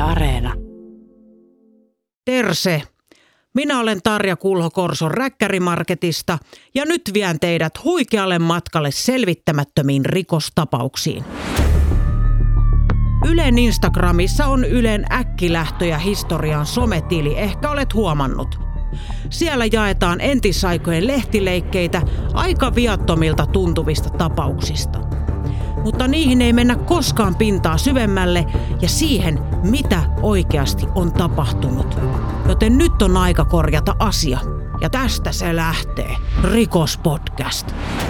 Areena. Terse! Minä olen Tarja Kulho-Korson Räkkärimarketista ja nyt vien teidät huikealle matkalle selvittämättömiin rikostapauksiin. Ylen Instagramissa on Ylen äkkilähtöjä historian sometili, ehkä olet huomannut. Siellä jaetaan entisaikojen lehtileikkeitä aika viattomilta tuntuvista tapauksista. Mutta niihin ei mennä koskaan pintaa syvemmälle ja siihen, mitä oikeasti on tapahtunut. Joten nyt on aika korjata asia. Ja tästä se lähtee. Rikospodcast.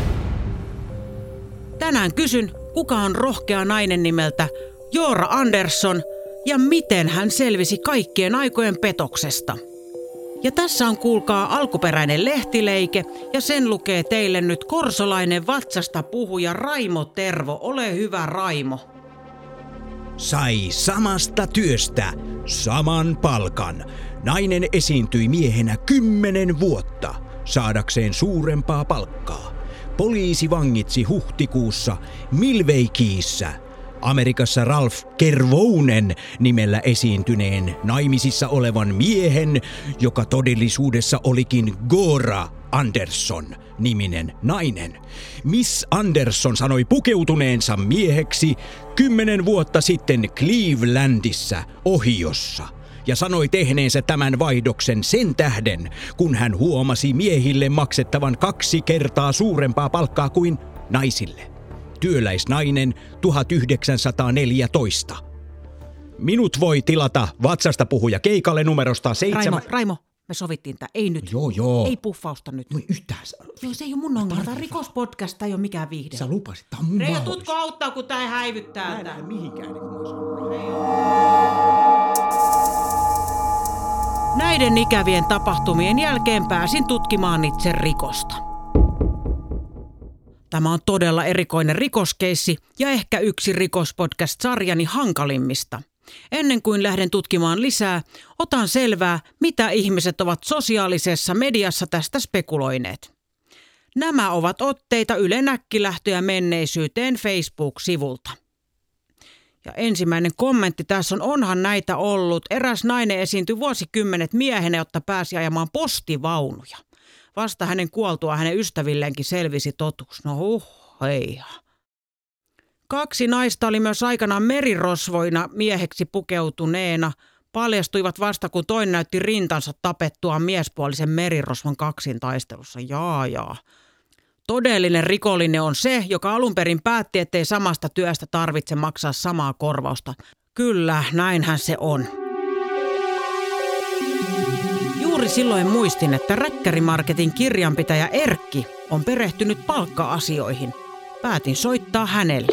Tänään kysyn, kuka on rohkea nainen nimeltä Joora Andersson ja miten hän selvisi kaikkien aikojen petoksesta. Ja tässä on kuulkaa alkuperäinen lehtileike ja sen lukee teille nyt korsolainen vatsasta puhuja Raimo Tervo. Ole hyvä, Raimo. Sai samasta työstä saman palkan. Nainen esiintyi miehenä 10 vuotta saadakseen suurempaa palkkaa. Poliisi vangitsi huhtikuussa Milwaukeeissa Amerikassa Ralph Kervounen nimellä esiintyneen naimisissa olevan miehen, joka todellisuudessa olikin Joora Andersson niminen nainen. Miss Andersson sanoi pukeutuneensa mieheksi 10 vuotta sitten Clevelandissa, Ohiossa. Ja sanoi tehneensä tämän vaihdoksen sen tähden, kun hän huomasi miehille maksettavan 2 kertaa suurempaa palkkaa kuin naisille. Työläisnainen 1914. Minut voi tilata vatsasta puhuja keikalle numerosta 7. Raimo, me sovittiin tää. Ei nyt. Joo. Ei puffausta nyt. No yhtään. Joo, se ei ole mun ongelma. Tämä rikospodcast, ei ole mikään viihde. Sä lupasit, tää on mun Reijo, tutko auttaa, kun tää häivyttää. Mä en lähde mihinkään, niin kun mä sanon. Näiden ikävien tapahtumien jälkeen pääsin tutkimaan itse rikosta. Tämä on todella erikoinen rikoskeissi ja ehkä yksi rikospodcast-sarjani hankalimmista. Ennen kuin lähden tutkimaan lisää, otan selvää, mitä ihmiset ovat sosiaalisessa mediassa tästä spekuloineet. Nämä ovat otteita Ylen äkkilähtöjä menneisyyteen Facebook-sivulta. Ja ensimmäinen kommentti tässä on, onhan näitä ollut. Eräs nainen esiintyi vuosikymmenet miehenä, jotta pääsi ajamaan postivaunuja. Vasta hänen kuoltua hänen ystävilleenkin selvisi totuus. No hei. 2 naista oli myös aikanaan merirosvoina mieheksi pukeutuneena. Paljastuivat vasta, kun toinen näytti rintansa tapettuaan miespuolisen merirosvon kaksintaistelussa. Jaa. Todellinen rikollinen on se, joka alun perin päätti, ettei samasta työstä tarvitse maksaa samaa korvausta. Kyllä, näinhän se on. Juuri silloin muistin, että Räkkärimarketin kirjanpitäjä Erkki on perehtynyt palkka-asioihin. Päätin soittaa hänelle.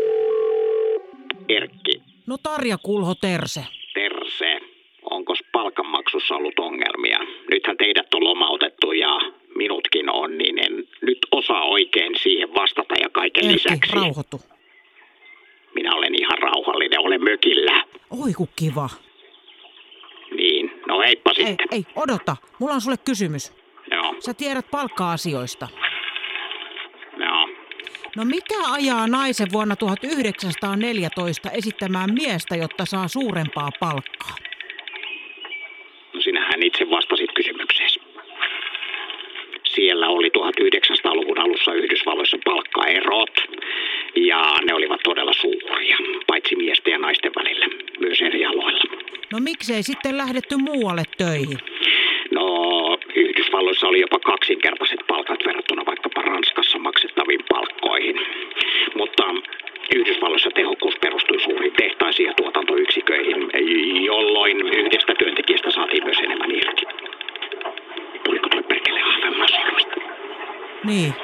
Erkki. No Tarja Kulho Terse. Terse. Onkos palkanmaksussa ollut ongelmia? Nythän teidät on lomautettu ja minutkin on, niin en nyt osaa oikein siihen vastata ja kaiken Erkki, lisäksi. rauhoitu. Minä olen ihan rauhallinen, olen mökillä. Oi ku kiva. Niin, no heippa sitten. Ei, odota. Mulla on sulle kysymys. Joo. Sä tiedät palkka-asioista. Joo. No mikä ajaa naisen vuonna 1914 esittämään miestä, jotta saa suurempaa palkkaa? No sinähän itse vastasit kysymykseesi. Siellä oli 1900-luvun alussa Yhdysvalloissa palkkaerot ja ne olivat todella suuria, paitsi miesten ja naisten välillä, myös eri aloilla. No miksei sitten lähdetty muualle töihin? No Yhdysvalloissa oli jopa 2-kertaiset palkat verrattuna vaikkapa Ranskassa maksettaviin palkkoihin, mutta Yhdysvalloissa tehokkuus perustui suuriin tehtaisiin ja tuotantoyksiköihin, jolloin yhdestä työntekijästä saatiin myös enemmän irti. Tuliko toi perkele ahvenmaa sormesta? Niin.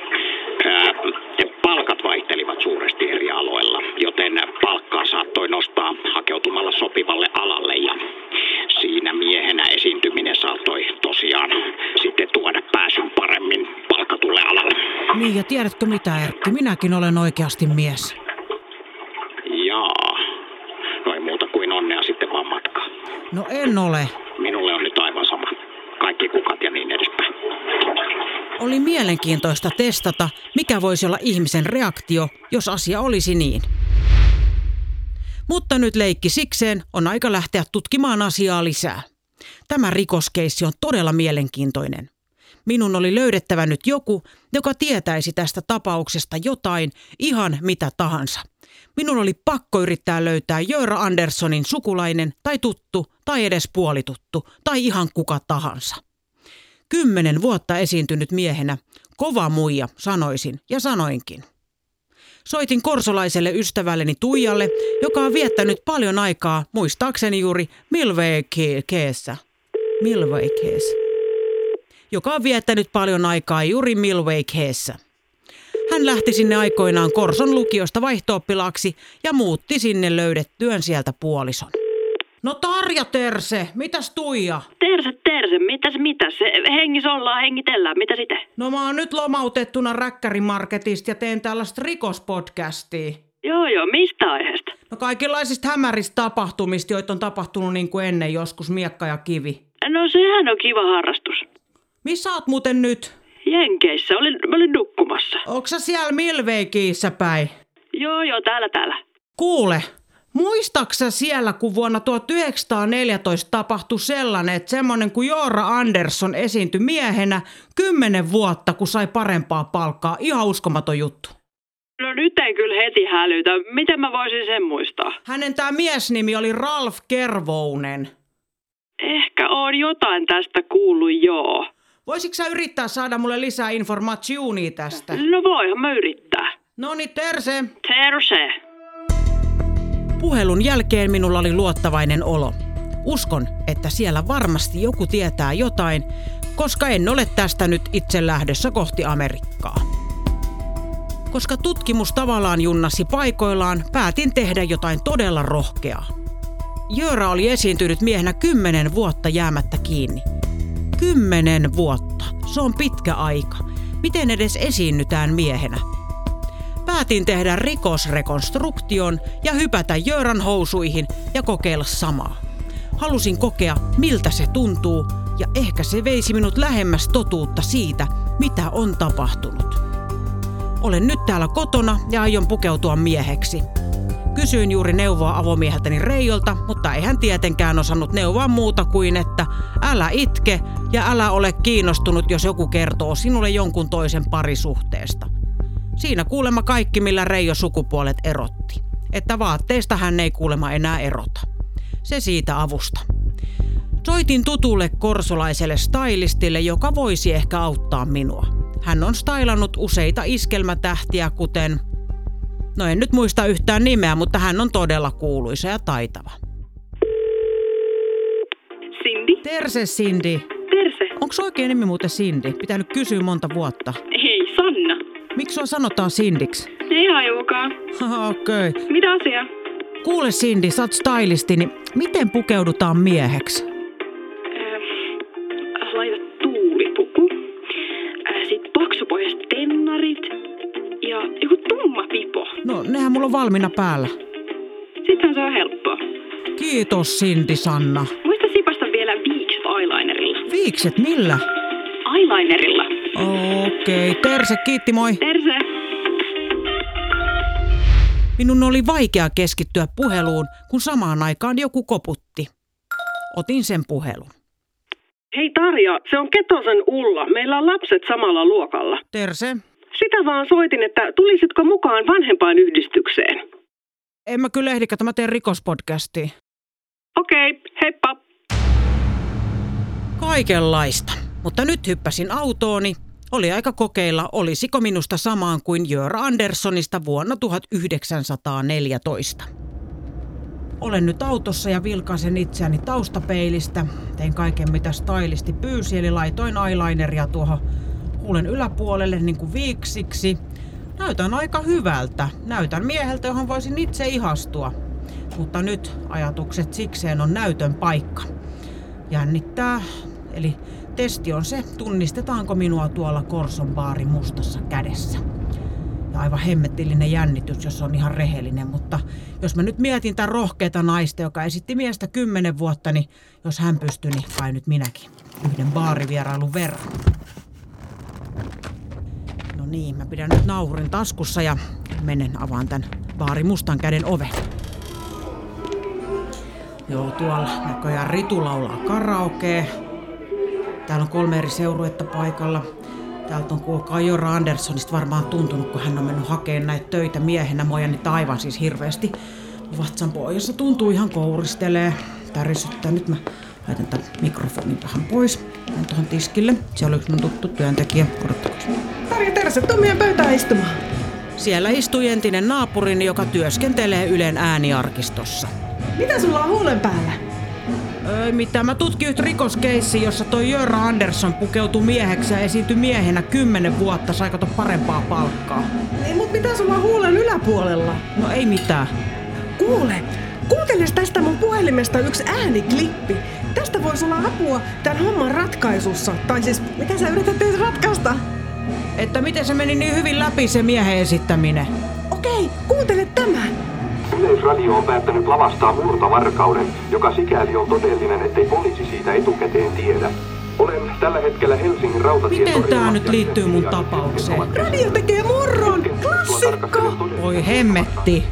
Palkat vaihtelivat suuresti eri aloilla, joten palkkaa saattoi nostaa hakeutumalla sopivalle alalle ja siinä miehenä esiintyminen saattoi tosiaan sitten tuoda pääsyn paremmin palkatulle alalle. Niin, ja tiedätkö mitä, Erkki? Minäkin olen oikeasti mies. Jaa. No ei muuta kuin onnea sitten vaan matkaa. No en ole. Minulle on nyt aivan sama. Kaikki kukat ja niin edespäin. Oli mielenkiintoista testata, mikä voisi olla ihmisen reaktio, jos asia olisi niin. Mutta nyt leikki sikseen, on aika lähteä tutkimaan asiaa lisää. Tämä rikoskeissi on todella mielenkiintoinen. Minun oli löydettävä nyt joku, joka tietäisi tästä tapauksesta jotain, ihan mitä tahansa. Minun oli pakko yrittää löytää Jöra Anderssonin sukulainen tai tuttu tai edes puolituttu tai ihan kuka tahansa. 10 vuotta esiintynyt miehenä, kova muija sanoisin ja sanoinkin. Soitin korsolaiselle ystävälleni Tuijalle, joka on viettänyt paljon aikaa, muistaakseni juuri Milwaukeessa. Joka on viettänyt paljon aikaa juuri Milwaukeessa. Hän lähti sinne aikoinaan Korson lukiosta vaihto-oppilaaksi ja muutti sinne löydettyön sieltä puolison. No Tarja Terse, mitäs Tuija? Terse, mitäs? Hengis ollaan, hengitellään, mitä sitten? No mä oon nyt lomautettuna Räkkärimarketista ja teen tällaista rikospodcastia. Joo, mistä aiheesta? No kaikenlaisista hämäristä tapahtumista, joita on tapahtunut niin kuin ennen joskus Miekka ja Kivi. No sehän on kiva harrastus. Missä oot muuten nyt? Jenkeissä, mä olin nukkumassa. Onko sä siellä Milwaukeessa päin? Joo, täällä. Kuule, muistaaksä siellä, kun vuonna 1914 tapahtui sellainen, että semmonen kuin Jöra Andersson esiintyi miehenä 10 vuotta, kun sai parempaa palkkaa. Ihan uskomaton juttu. No nyt en kyllä heti hälytä. Miten mä voisin sen muistaa? Hänen tää miesnimi oli Ralph Kervounen. Ehkä on jotain tästä kuullut, joo. Voisitko sä yrittää saada mulle lisää informaatiota tästä? No voihan mä yrittää. Noniin, Terse. Terse. Puhelun jälkeen minulla oli luottavainen olo. Uskon, että siellä varmasti joku tietää jotain, koska en ole tästä nyt itse lähdössä kohti Amerikkaa. Koska tutkimus tavallaan junnasi paikoillaan, päätin tehdä jotain todella rohkeaa. Jöra oli esiintynyt miehenä 10 vuotta jäämättä kiinni. 10 vuotta. Se on pitkä aika. Miten edes esiinnytään miehenä? Päätin tehdä rikosrekonstruktion ja hypätä Jöran housuihin ja kokeilla samaa. Halusin kokea, miltä se tuntuu, ja ehkä se veisi minut lähemmäs totuutta siitä, mitä on tapahtunut. Olen nyt täällä kotona ja aion pukeutua mieheksi. Kysyin juuri neuvoa avomieheltäni Reijolta, mutta ei hän tietenkään osannut neuvoa muuta kuin, että älä itke ja älä ole kiinnostunut, jos joku kertoo sinulle jonkun toisen parisuhteesta. Siinä kuulemma kaikki, millä Reijo sukupuolet erotti. Että vaatteista hän ei kuulemma enää erota. Se siitä avusta. Soitin tutulle korsolaiselle stylistille, joka voisi ehkä auttaa minua. Hän on stylannut useita iskelmätähtiä, kuten... No en nyt muista yhtään nimeä, mutta hän on todella kuuluisa ja taitava. Cindy? Terse, Cindy. Terse. Onko oikein nimi muuten Cindy? Pitänyt kysyä monta vuotta. Hei, Sanna. Miksi sua sanotaan Cindyksi? Ei hajukaan. Okei. Mitä asiaa? Kuule Cindy, sä oot stylisti, niin miten pukeudutaan mieheksi? Laita tuulipuku. Sitten paksupohjaiset tennarit. Ja joku tumma pipo. No, nehän mulla on valmiina päällä. Sittenhän se on helppoa. Kiitos Cindy, Sanna. Muista sipasta vielä viikset eyelinerilla. Viikset millä? Eyelinerilla. Okei, Terse, kiitti, moi. Terse. Minun oli vaikea keskittyä puheluun, kun samaan aikaan joku koputti. Otin sen puhelun. Hei Tarja, se on Ketosen Ulla. Meillä on lapset samalla luokalla. Terse. Sitä vaan soitin, että tulisitko mukaan vanhempainyhdistykseen? En mä kyllä ehdi, että mä teen rikospodcastia. Okei, heippa. Kaikenlaista. Mutta nyt hyppäsin autooni. Oli aika kokeilla, olisiko minusta samaan kuin Jöra Anderssonista vuonna 1914. Olen nyt autossa ja vilkaisen itseäni taustapeilistä. Tein kaiken mitä stylisti pyysi, eli laitoin eyelineria tuohon huulen yläpuolelle niin kuin viiksiksi. Näytän aika hyvältä. Näytän mieheltä, johon voisin itse ihastua. Mutta nyt ajatukset sikseen on näytön paikka. Jännittää. Eli testi on se, tunnistetaanko minua tuolla Korson baarin mustassa kädessä. Ja aivan hemmettillinen jännitys, jos on ihan rehellinen, mutta jos mä nyt mietin tämän rohkeata naista, joka esitti miestä 10 vuotta, niin jos hän pystyy, niin kai nyt minäkin. Yhden baarivierailun verran. No niin, mä pidän nyt nauhurin taskussa ja menen avaan tän baarin mustan käden oven. Joo, tuolla näköjään Ritu laulaa karaokea. Täällä on 3 eri seuruetta paikalla. Täältä on kuulkaa Jörra Anderssonista varmaan tuntunut, kun hän on mennyt hakemaan näitä töitä miehenä. Moja niitä aivan siis hirveästi. Vatsan pohjassa tuntuu ihan kouristelee. Tärisyttää. Nyt mä laitan tämän mikrofonin vähän pois. Menen tuohon tiskille. Siellä on yksi mun tuttu työntekijä. Odottakaa. Tarja, tervetuloa meidän pöytään istumaan. Siellä istui entinen naapurini, joka työskentelee Ylen ääniarkistossa. Mitä sulla on huulen päällä? Ei mitään. Mä tutkin yhtä rikoskeissi, jossa toi Jörra Andersson pukeutui mieheksi ja esiintyi miehenä 10 vuotta, sai kato parempaa palkkaa. Ei, mut mitä sulla on huulen yläpuolella? No ei mitään. Kuunteles tästä mun puhelimesta yksi ääniklippi. Tästä voisi olla apua tämän homman ratkaisussa. Tai siis, mitä sä yrität edes ratkaista? Että miten se meni niin hyvin läpi se miehen esittäminen? Okei, kuuntele tämä. Yleisradio on päättänyt lavastaa murtovarkauden, joka sikäli on todellinen, ettei poliisi siitä etukäteen tiedä. Olen tällä hetkellä Helsingin rautatietorilla. Miten tää nyt liittyy mun tapaukseen? Radio tekee murron! Klassikko! Voi hemmetti!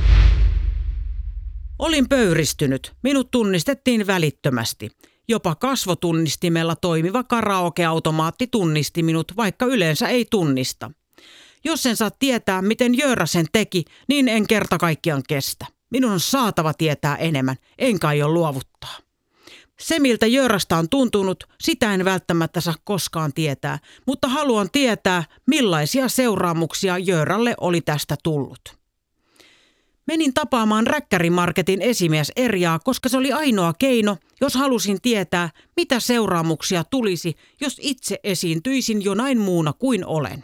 Olin pöyristynyt. Minut tunnistettiin välittömästi. Jopa kasvotunnistimella toimiva karaokeautomaatti tunnisti minut, vaikka yleensä ei tunnista. Jos en saa tietää, miten Jörra sen teki, niin en kerta kaikkiaan kestä. Minun on saatava tietää enemmän, enkä aio luovuttaa. Se, miltä Jörrasta on tuntunut, sitä en välttämättä saa koskaan tietää, mutta haluan tietää, millaisia seuraamuksia Jörralle oli tästä tullut. Menin tapaamaan Räkkärimarketin esimies Erjaa, koska se oli ainoa keino, jos halusin tietää, mitä seuraamuksia tulisi, jos itse esiintyisin jonain muuna kuin olen.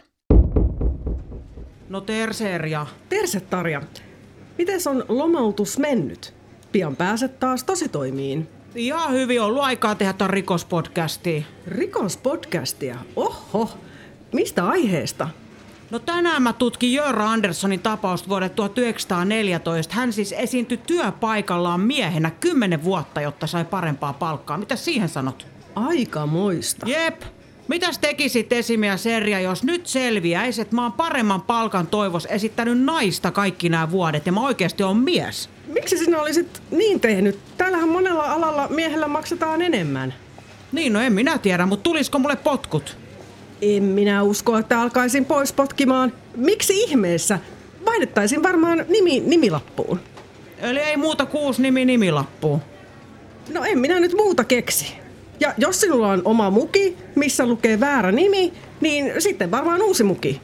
No terse Erja. Terse Tarja. Mites on lomautus mennyt? Pian pääset taas tositoimiin. Ihan hyvin ollut aikaa tehdä tämän rikospodcastia. Rikospodcastia? Oho. Mistä aiheesta? No tänään mä tutkin Jörra Anderssonin tapausta vuodet 1914. Hän siis esiintyi työpaikallaan miehenä 10 vuotta, jotta sai parempaa palkkaa. Mitä siihen sanot? Aikamoista. Jep. Mitäs tekisit esimies Erja, jos nyt selviäisi, että mä oon paremman palkan toivos esittänyt naista kaikki nämä vuodet ja mä oikeasti oon mies? Miksi sinä olisit niin tehnyt? Täällähän monella alalla miehellä maksetaan enemmän. Niin, no en minä tiedä, mutta tulisiko mulle potkut? En minä usko, että alkaisin pois potkimaan. Miksi ihmeessä? Vaihdettaisiin varmaan nimilappuun. Eli ei muuta 6 nimilappuun. No en minä nyt muuta keksi. Ja jos sinulla on oma muki, missä lukee väärä nimi, niin sitten varmaan uusi muki.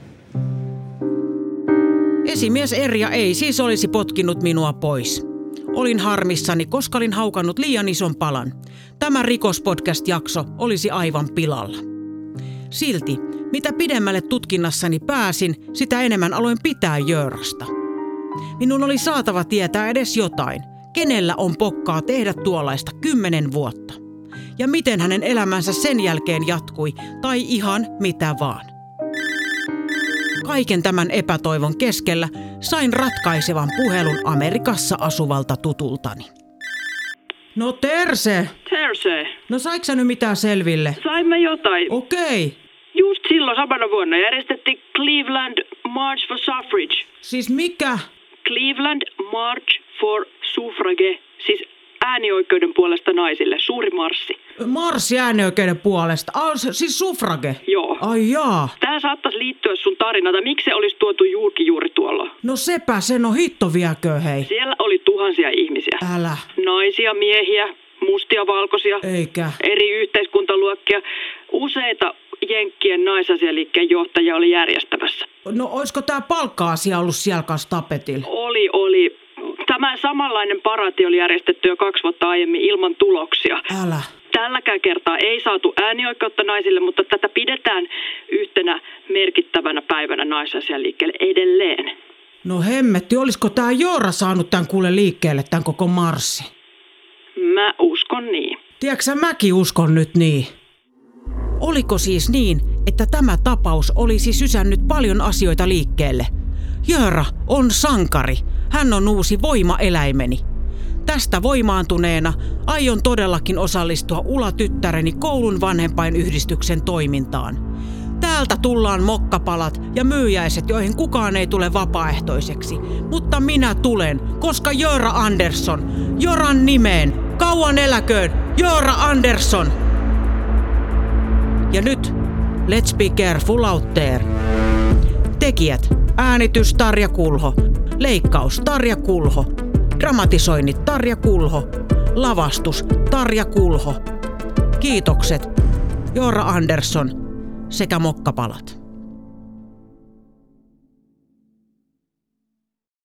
Esimies Erja ei siis olisi potkinut minua pois. Olin harmissani, koska olin haukannut liian ison palan. Tämä rikospodcast-jakso olisi aivan pilalla. Silti, mitä pidemmälle tutkinnassani pääsin, sitä enemmän aloin pitää Jörrasta. Minun oli saatava tietää edes jotain. Kenellä on pokkaa tehdä tuollaista 10 vuotta? Ja miten hänen elämänsä sen jälkeen jatkui, tai ihan mitä vaan. Kaiken tämän epätoivon keskellä sain ratkaisevan puhelun Amerikassa asuvalta tutultani. No terse! Terse. No saiko sä nyt mitään selville? Saimme jotain. Okei. Just silloin samana vuonna järjestettiin Cleveland March for Suffrage. Siis mikä? Cleveland March for Suffrage, siis äänioikeuden puolesta naisille, suuri marssi. Marssi äänioikeuden puolesta. Siis suffrage? Joo. Ai jaa. Tää saattaisi liittyä sun tarinata. Miksi se olisi tuotu juuri tuolla? No sepä sen on hitto viekö hei. Siellä oli tuhansia ihmisiä. Älä. Naisia, miehiä, mustia, valkoisia. Eikä. Eri yhteiskuntaluokkia. Useita jenkkien naisasialiikkeen johtajia oli järjestämässä. No oisko tää palkka-asia ollut siellä kanssa tapetilla? Oli. Tämä samanlainen paraati oli järjestetty jo 2 vuotta aiemmin ilman tuloksia. Älä. Tälläkään kertaa ei saatu äänioikeutta naisille, mutta tätä pidetään yhtenä merkittävänä päivänä naisasialiikkeelle edelleen. No hemmetti, olisiko tää Joora saanut tän kuule liikkeelle tän koko marssi? Mä uskon niin. Tiedätkö mäkin uskon nyt niin? Oliko siis niin, että tämä tapaus olisi sysännyt paljon asioita liikkeelle? Joora on sankari. Hän on uusi voimaeläimeni. Tästä voimaantuneena aion todellakin osallistua Ula-tyttäreni koulun vanhempainyhdistyksen toimintaan. Tää Täältä tullaan mokkapalat ja myyjäiset, joihin kukaan ei tule vapaaehtoiseksi. Mutta minä tulen, koska Göra Andersson, Joran nimeen, kauan eläköön, Göra Andersson! Ja nyt, let's be careful out there. Tekijät, äänitys Tarja Kulho, leikkaus Tarja Kulho, dramatisoinnit Tarja Kulho, lavastus Tarja Kulho. Kiitokset, Göra Andersson sekä mokkapalat.